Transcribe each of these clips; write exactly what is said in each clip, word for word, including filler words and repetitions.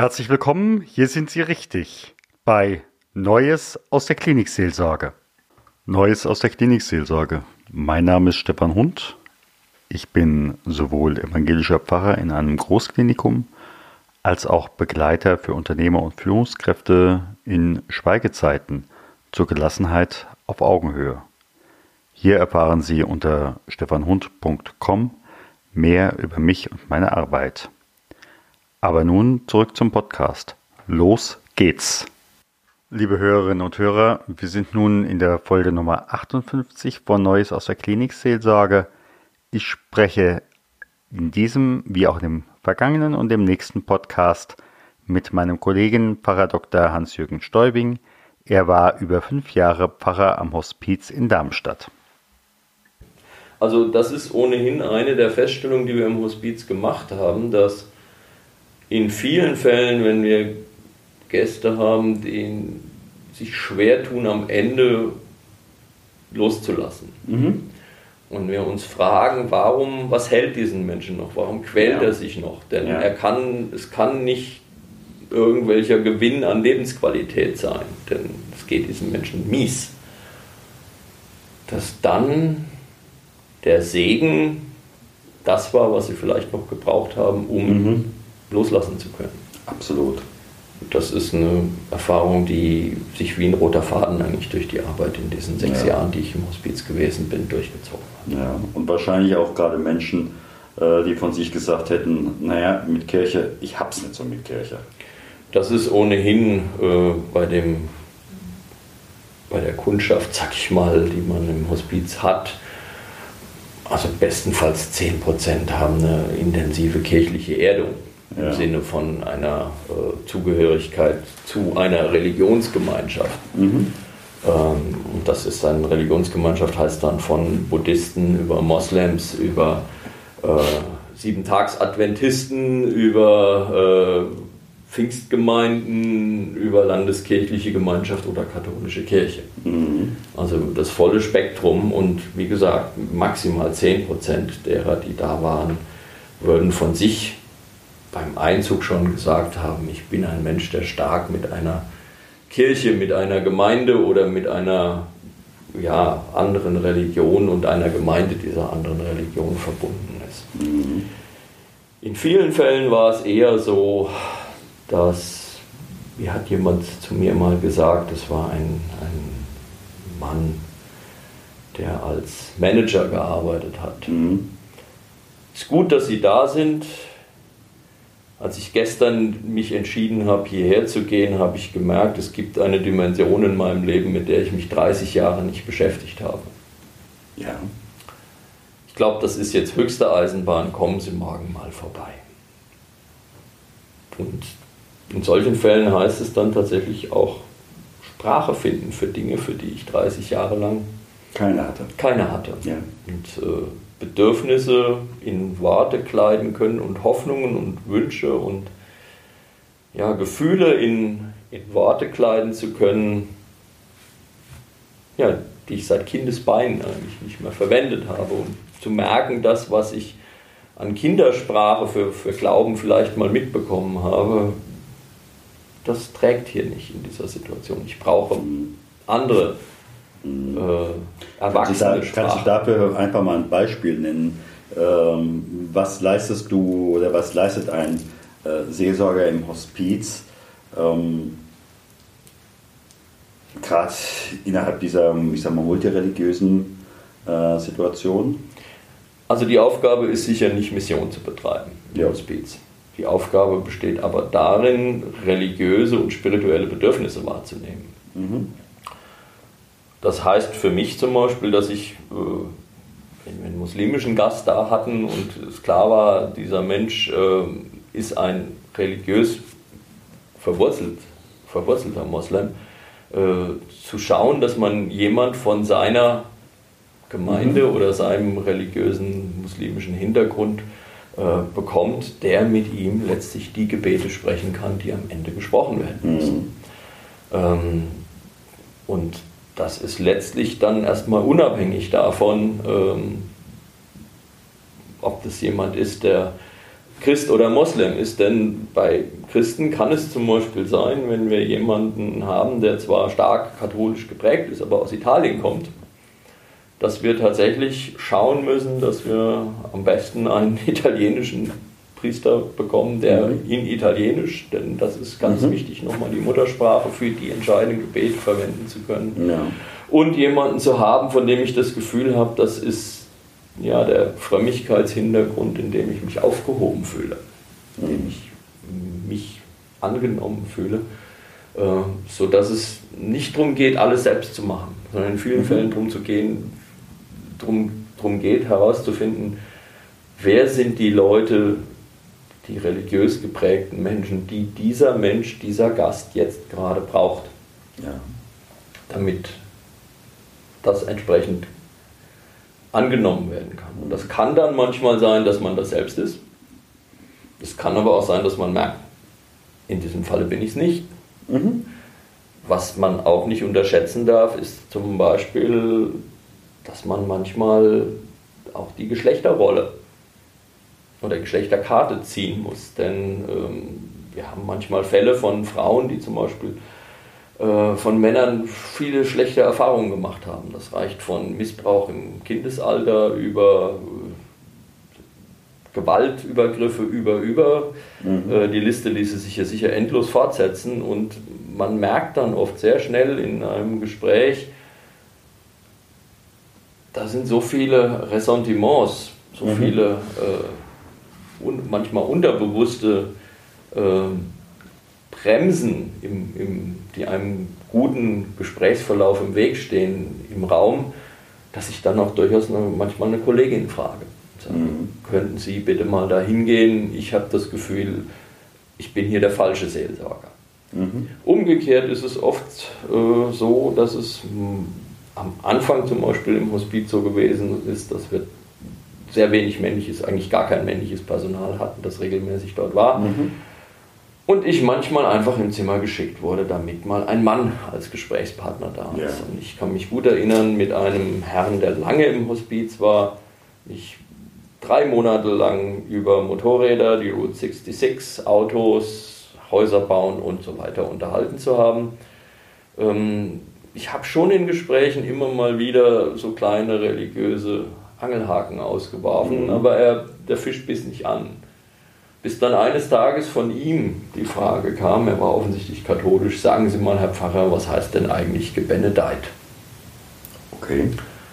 Herzlich willkommen, hier sind Sie richtig bei Neues aus der Klinikseelsorge. Neues aus der Klinikseelsorge. Mein Name ist Stefan Hund. Ich bin sowohl evangelischer Pfarrer in einem Großklinikum als auch Begleiter für Unternehmer und Führungskräfte in Schweigezeiten zur Gelassenheit auf Augenhöhe. Hier erfahren Sie unter stefan hund punkt com mehr über mich und meine Arbeit. Aber nun zurück zum Podcast. Los geht's! Liebe Hörerinnen und Hörer, wir sind nun in der Folge Nummer achtundfünfzig von Neues aus der Klinikseelsorge. Ich spreche in diesem wie auch in dem vergangenen und dem nächsten Podcast mit meinem Kollegen Pfarrer Doktor Hans-Jürgen Stäubing. Er war über fünf Jahre Pfarrer am Hospiz in Darmstadt. Also das ist ohnehin eine der Feststellungen, die wir im Hospiz gemacht haben, dass in vielen Fällen, wenn wir Gäste haben, die sich schwer tun, am Ende loszulassen. Mhm. Und wir uns fragen, warum, was hält diesen Menschen noch? Warum quält ja. er sich noch? Denn ja. er kann, es kann nicht irgendwelcher Gewinn an Lebensqualität sein, denn es geht diesem Menschen mies. Dass dann der Segen das war, was sie vielleicht noch gebraucht haben, um mhm. loslassen zu können. Absolut. Das ist eine Erfahrung, die sich wie ein roter Faden eigentlich durch die Arbeit in diesen sechs ja. Jahren, die ich im Hospiz gewesen bin, durchgezogen hat. Ja, und wahrscheinlich auch gerade Menschen, die von sich gesagt hätten, naja, mit Kirche, ich hab's nicht so mit Kirche. Das ist ohnehin äh, bei dem, bei der Kundschaft, sag ich mal, die man im Hospiz hat, also bestenfalls zehn Prozent haben eine intensive kirchliche Erdung. Im ja. Sinne von einer äh, Zugehörigkeit zu einer Religionsgemeinschaft. Mhm. Ähm, und das ist dann, Religionsgemeinschaft heißt dann von Buddhisten über Moslems, über äh, Siebentags-Adventisten, über äh, Pfingstgemeinden, über landeskirchliche Gemeinschaft oder katholische Kirche. Mhm. Also das volle Spektrum und wie gesagt, maximal zehn Prozent derer, die da waren, würden von sich beim Einzug schon gesagt haben, ich bin ein Mensch, der stark mit einer Kirche, mit einer Gemeinde oder mit einer ja, anderen Religion und einer Gemeinde dieser anderen Religion verbunden ist. Mhm. In vielen Fällen war es eher so, dass, wie hat jemand zu mir mal gesagt, es war ein, ein Mann, der als Manager gearbeitet hat. Mhm. Es ist gut, dass Sie da sind. Als ich gestern mich entschieden habe, hierher zu gehen, habe ich gemerkt, es gibt eine Dimension in meinem Leben, mit der ich mich dreißig Jahre nicht beschäftigt habe. Ja. Ich glaube, das ist jetzt höchste Eisenbahn, kommen Sie morgen mal vorbei. Und in solchen Fällen heißt es dann tatsächlich auch Sprache finden für Dinge, für die ich dreißig Jahre lang keine hatte. Keine hatte. Ja. Und äh, Bedürfnisse in Worte kleiden können und Hoffnungen und Wünsche und ja, Gefühle in, in Worte kleiden zu können, ja, die ich seit Kindesbeinen eigentlich nicht mehr verwendet habe. Und zu merken, das, was ich an Kindersprache für, für Glauben vielleicht mal mitbekommen habe, das trägt hier nicht in dieser Situation. Ich brauche andere Äh, Erwachsene Sprache. Kannst du dafür einfach mal ein Beispiel nennen? Ähm, was leistest du oder was leistet ein äh, Seelsorger im Hospiz, ähm, gerade innerhalb dieser, ich sag mal, multireligiösen äh, Situation? Also die Aufgabe ist sicher nicht, Mission zu betreiben im ja. Hospiz. Die Aufgabe besteht aber darin, religiöse und spirituelle Bedürfnisse wahrzunehmen. Mhm. Das heißt für mich zum Beispiel, dass ich, wenn wir einen muslimischen Gast da hatten und es klar war, dieser Mensch ist ein religiös verwurzelt, verwurzelter Moslem, zu schauen, dass man jemand von seiner Gemeinde mhm. oder seinem religiösen muslimischen Hintergrund bekommt, der mit ihm letztlich die Gebete sprechen kann, die am Ende gesprochen werden müssen. Mhm. Und das ist letztlich dann erstmal unabhängig davon, ähm, ob das jemand ist, der Christ oder Moslem ist, denn bei Christen kann es zum Beispiel sein, wenn wir jemanden haben, der zwar stark katholisch geprägt ist, aber aus Italien kommt, dass wir tatsächlich schauen müssen, dass wir am besten einen italienischen Priester bekommen, der mhm. in Italienisch, denn das ist ganz mhm. wichtig, nochmal die Muttersprache für die entscheidenden Gebete verwenden zu können. Ja. Und jemanden zu haben, von dem ich das Gefühl habe, das ist ja der Frömmigkeitshintergrund, in dem ich mich aufgehoben fühle, in dem ich mich angenommen fühle, äh, sodass es nicht darum geht, alles selbst zu machen, sondern in vielen mhm. Fällen darum zu gehen, drum, drum geht herauszufinden, wer sind die Leute, die religiös geprägten Menschen, die dieser Mensch, dieser Gast jetzt gerade braucht, ja. damit das entsprechend angenommen werden kann. Und das kann dann manchmal sein, dass man das selbst ist. Es kann aber auch sein, dass man merkt, in diesem Falle bin ich es nicht. Mhm. Was man auch nicht unterschätzen darf, ist zum Beispiel, dass man manchmal auch die Geschlechterrolle oder Geschlechterkarte ziehen muss. Denn ähm, wir haben manchmal Fälle von Frauen, die zum Beispiel äh, von Männern viele schlechte Erfahrungen gemacht haben. Das reicht von Missbrauch im Kindesalter über äh, Gewaltübergriffe über über. Mhm. Äh, die Liste ließe sich hier sicher endlos fortsetzen und man merkt dann oft sehr schnell in einem Gespräch, da sind so viele Ressentiments, so mhm. viele äh, un, manchmal unterbewusste äh, Bremsen, im, im, die einem guten Gesprächsverlauf im Weg stehen im Raum, dass ich dann auch durchaus eine, manchmal eine Kollegin frage. Sage, mhm. könnten Sie bitte mal da hingehen? Ich habe das Gefühl, ich bin hier der falsche Seelsorger. Mhm. Umgekehrt ist es oft äh, so, dass es mh, am Anfang zum Beispiel im Hospiz so gewesen ist, dass wir sehr wenig männliches, eigentlich gar kein männliches Personal hatten, das regelmäßig dort war. Mhm. Und ich manchmal einfach im Zimmer geschickt wurde, damit mal ein Mann als Gesprächspartner da ist. Ja. Und ich kann mich gut erinnern, mit einem Herrn, der lange im Hospiz war, mich drei Monate lang über Motorräder, die Route sechsundsechzig, Autos, Häuser bauen und so weiter unterhalten zu haben. Ähm, ich habe schon in Gesprächen immer mal wieder so kleine religiöse Angelhaken ausgeworfen, mhm. aber er, der Fisch biss nicht an. Bis dann eines Tages von ihm die Frage kam, er war offensichtlich katholisch, sagen Sie mal, Herr Pfarrer, was heißt denn eigentlich gebenedeit? Okay.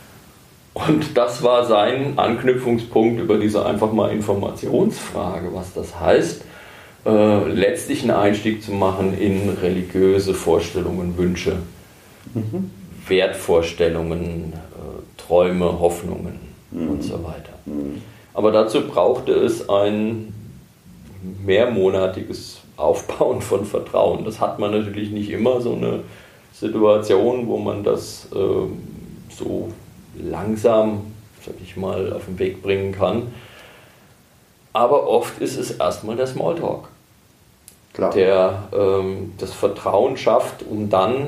Und das war sein Anknüpfungspunkt über diese einfach mal Informationsfrage, was das heißt, äh, letztlich einen Einstieg zu machen in religiöse Vorstellungen, Wünsche, mhm. Wertvorstellungen, äh, Träume, Hoffnungen mhm. und so weiter. Mhm. Aber dazu brauchte es ein mehrmonatiges Aufbauen von Vertrauen. Das hat man natürlich nicht immer, so eine Situation, wo man das äh, so langsam, sag ich mal, auf den Weg bringen kann. Aber oft ist es erstmal der Smalltalk, Klar. der ähm, das Vertrauen schafft, um dann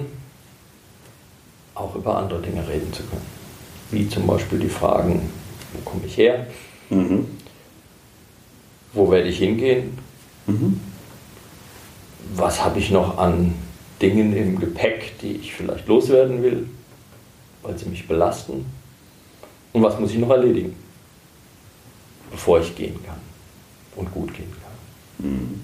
auch über andere Dinge reden zu können. Wie zum Beispiel die Fragen, wo komme ich her? Mhm. Wo werde ich hingehen? Mhm. Was habe ich noch an Dingen im Gepäck, die ich vielleicht loswerden will, weil sie mich belasten? Und was muss ich noch erledigen, bevor ich gehen kann und gut gehen kann? Mhm.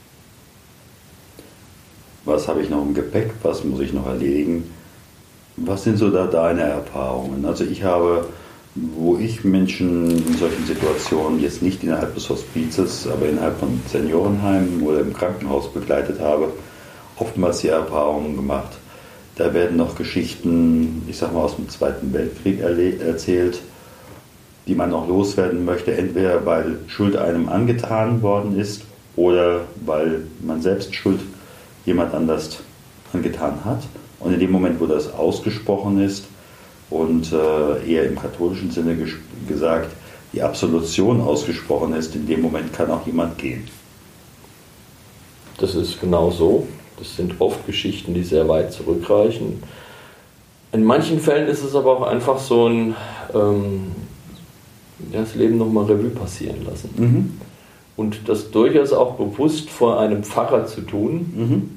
Was habe ich noch im Gepäck? Was muss ich noch erledigen? Was sind so da deine Erfahrungen? Also ich habe, wo ich Menschen in solchen Situationen jetzt nicht innerhalb des Hospizes, aber innerhalb von Seniorenheimen oder im Krankenhaus begleitet habe, oftmals die Erfahrungen gemacht. Da werden noch Geschichten, ich sag mal, aus dem Zweiten Weltkrieg erle- erzählt, die man noch loswerden möchte, entweder weil Schuld einem angetan worden ist oder weil man selbst Schuld jemand anders angetan hat. Und in dem Moment, wo das ausgesprochen ist und äh, eher im katholischen Sinne ges- gesagt, die Absolution ausgesprochen ist, in dem Moment kann auch jemand gehen. Das ist genau so. Das sind oft Geschichten, die sehr weit zurückreichen. In manchen Fällen ist es aber auch einfach so ein, ähm, das Leben nochmal Revue passieren lassen. Mhm. und das durchaus auch bewusst vor einem Pfarrer zu tun, mhm.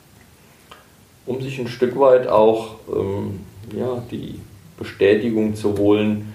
um sich ein Stück weit auch ähm, ja, die Bestätigung zu holen,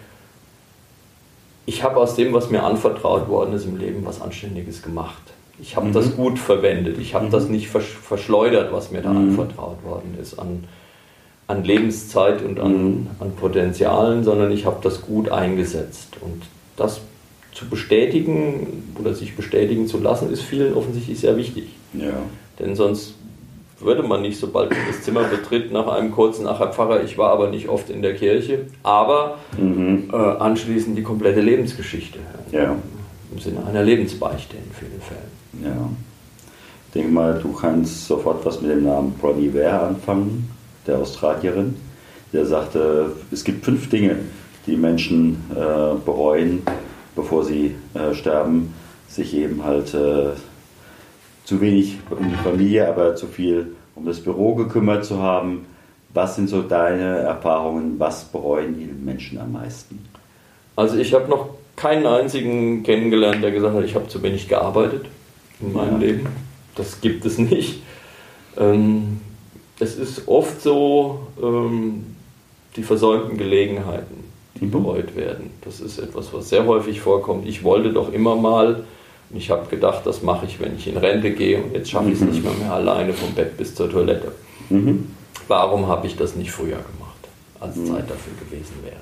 ich habe aus dem, was mir anvertraut worden ist im Leben, was Anständiges gemacht. Ich habe mhm. das gut verwendet. Ich habe mhm. das nicht versch- verschleudert, was mir da mhm. anvertraut worden ist an, an Lebenszeit und an, mhm. an Potenzialen, sondern ich habe das gut eingesetzt. Und das zu bestätigen oder sich bestätigen zu lassen, ist vielen offensichtlich sehr wichtig. Ja. Denn sonst würde man nicht, sobald man das Zimmer betritt, nach einem kurzen Ach, Herr Pfarrer, ich war aber nicht oft in der Kirche, aber mhm. äh, anschließend die komplette Lebensgeschichte. Ja. Im Sinne einer Lebensbeichte in vielen Fällen. Ja. Ich denke mal, du kannst sofort was mit dem Namen Bronnie Ware anfangen, der Australierin, der sagte, es gibt fünf Dinge, die Menschen äh, bereuen, bevor sie äh, sterben, sich eben halt äh, zu wenig um die Familie, aber zu viel um das Büro gekümmert zu haben. Was sind so deine Erfahrungen? Was bereuen die Menschen am meisten? Also ich habe noch keinen einzigen kennengelernt, der gesagt hat, ich habe zu wenig gearbeitet in meinem ja. Leben. Das gibt es nicht. Ähm, es ist oft so, ähm, die versäumten Gelegenheiten, die mhm. bereut werden. Das ist etwas, was sehr häufig vorkommt. Ich wollte doch immer mal, und ich habe gedacht, das mache ich, wenn ich in Rente gehe, und jetzt schaffe ich es nicht mehr, mehr alleine vom Bett bis zur Toilette. Mhm. Warum habe ich das nicht früher gemacht, als mhm. Zeit dafür gewesen wäre?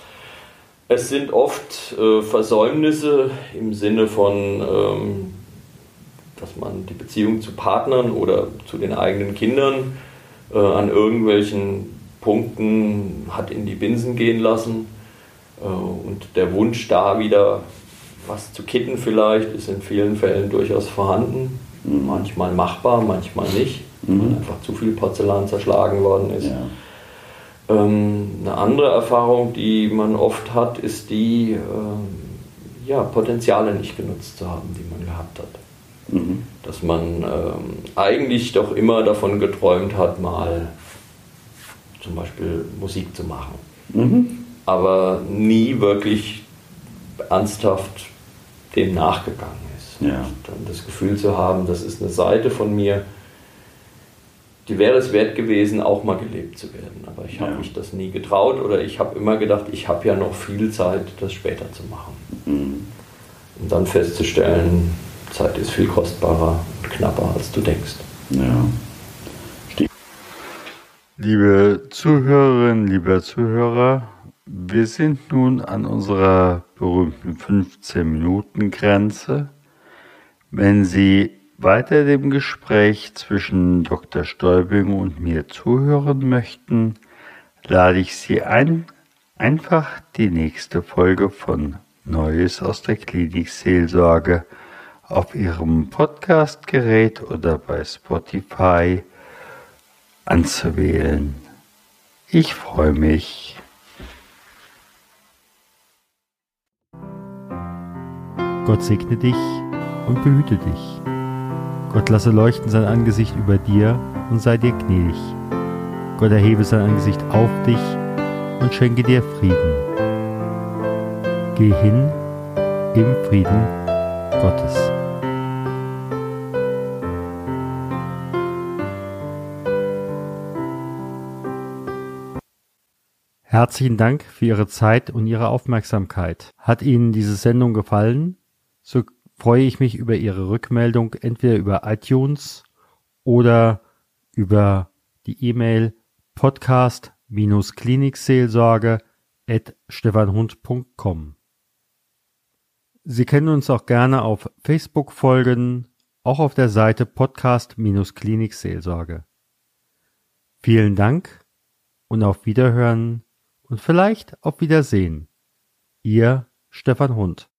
Es sind oft äh, Versäumnisse im Sinne von, ähm, dass man die Beziehung zu Partnern oder zu den eigenen Kindern äh, an irgendwelchen Punkten hat in die Binsen gehen lassen. Äh, und der Wunsch, da wieder was zu kitten vielleicht, ist in vielen Fällen durchaus vorhanden. Mhm. Manchmal machbar, manchmal nicht, mhm. weil einfach zu viel Porzellan zerschlagen worden ist. Ja. Ähm, eine andere Erfahrung, die man oft hat, ist die, ähm, ja, Potenziale nicht genutzt zu haben, die man gehabt hat. Mhm. Dass man ähm, eigentlich doch immer davon geträumt hat, mal zum Beispiel Musik zu machen. Mhm. Aber nie wirklich ernsthaft dem nachgegangen ist. Ja. Und dann das Gefühl zu haben, das ist eine Seite von mir, die wäre es wert gewesen, auch mal gelebt zu werden. Aber ich habe ja. mich das nie getraut oder ich habe immer gedacht, ich habe ja noch viel Zeit, das später zu machen. Mhm. Und dann festzustellen, Zeit ist viel kostbarer und knapper, als du denkst. Ja. Liebe Zuhörerinnen, lieber Zuhörer, wir sind nun an unserer berühmten fünfzehn-Minuten-Grenze. Wenn Sie weiter dem Gespräch zwischen Doktor Stäubing und mir zuhören möchten, lade ich Sie ein, einfach die nächste Folge von Neues aus der Klinikseelsorge auf Ihrem Podcastgerät oder bei Spotify anzuwählen. Ich freue mich. Gott segne dich und behüte dich. Gott lasse leuchten sein Angesicht über dir und sei dir gnädig. Gott erhebe sein Angesicht auf dich und schenke dir Frieden. Geh hin im Frieden Gottes. Herzlichen Dank für Ihre Zeit und Ihre Aufmerksamkeit. Hat Ihnen diese Sendung gefallen? So freue ich mich über Ihre Rückmeldung, entweder über iTunes oder über die E-Mail podcast klinikseelsorge at stefanhund punkt com. Sie können uns auch gerne auf Facebook folgen, auch auf der Seite podcast klinikseelsorge. Vielen Dank und auf Wiederhören und vielleicht auf Wiedersehen. Ihr Stefan Hund.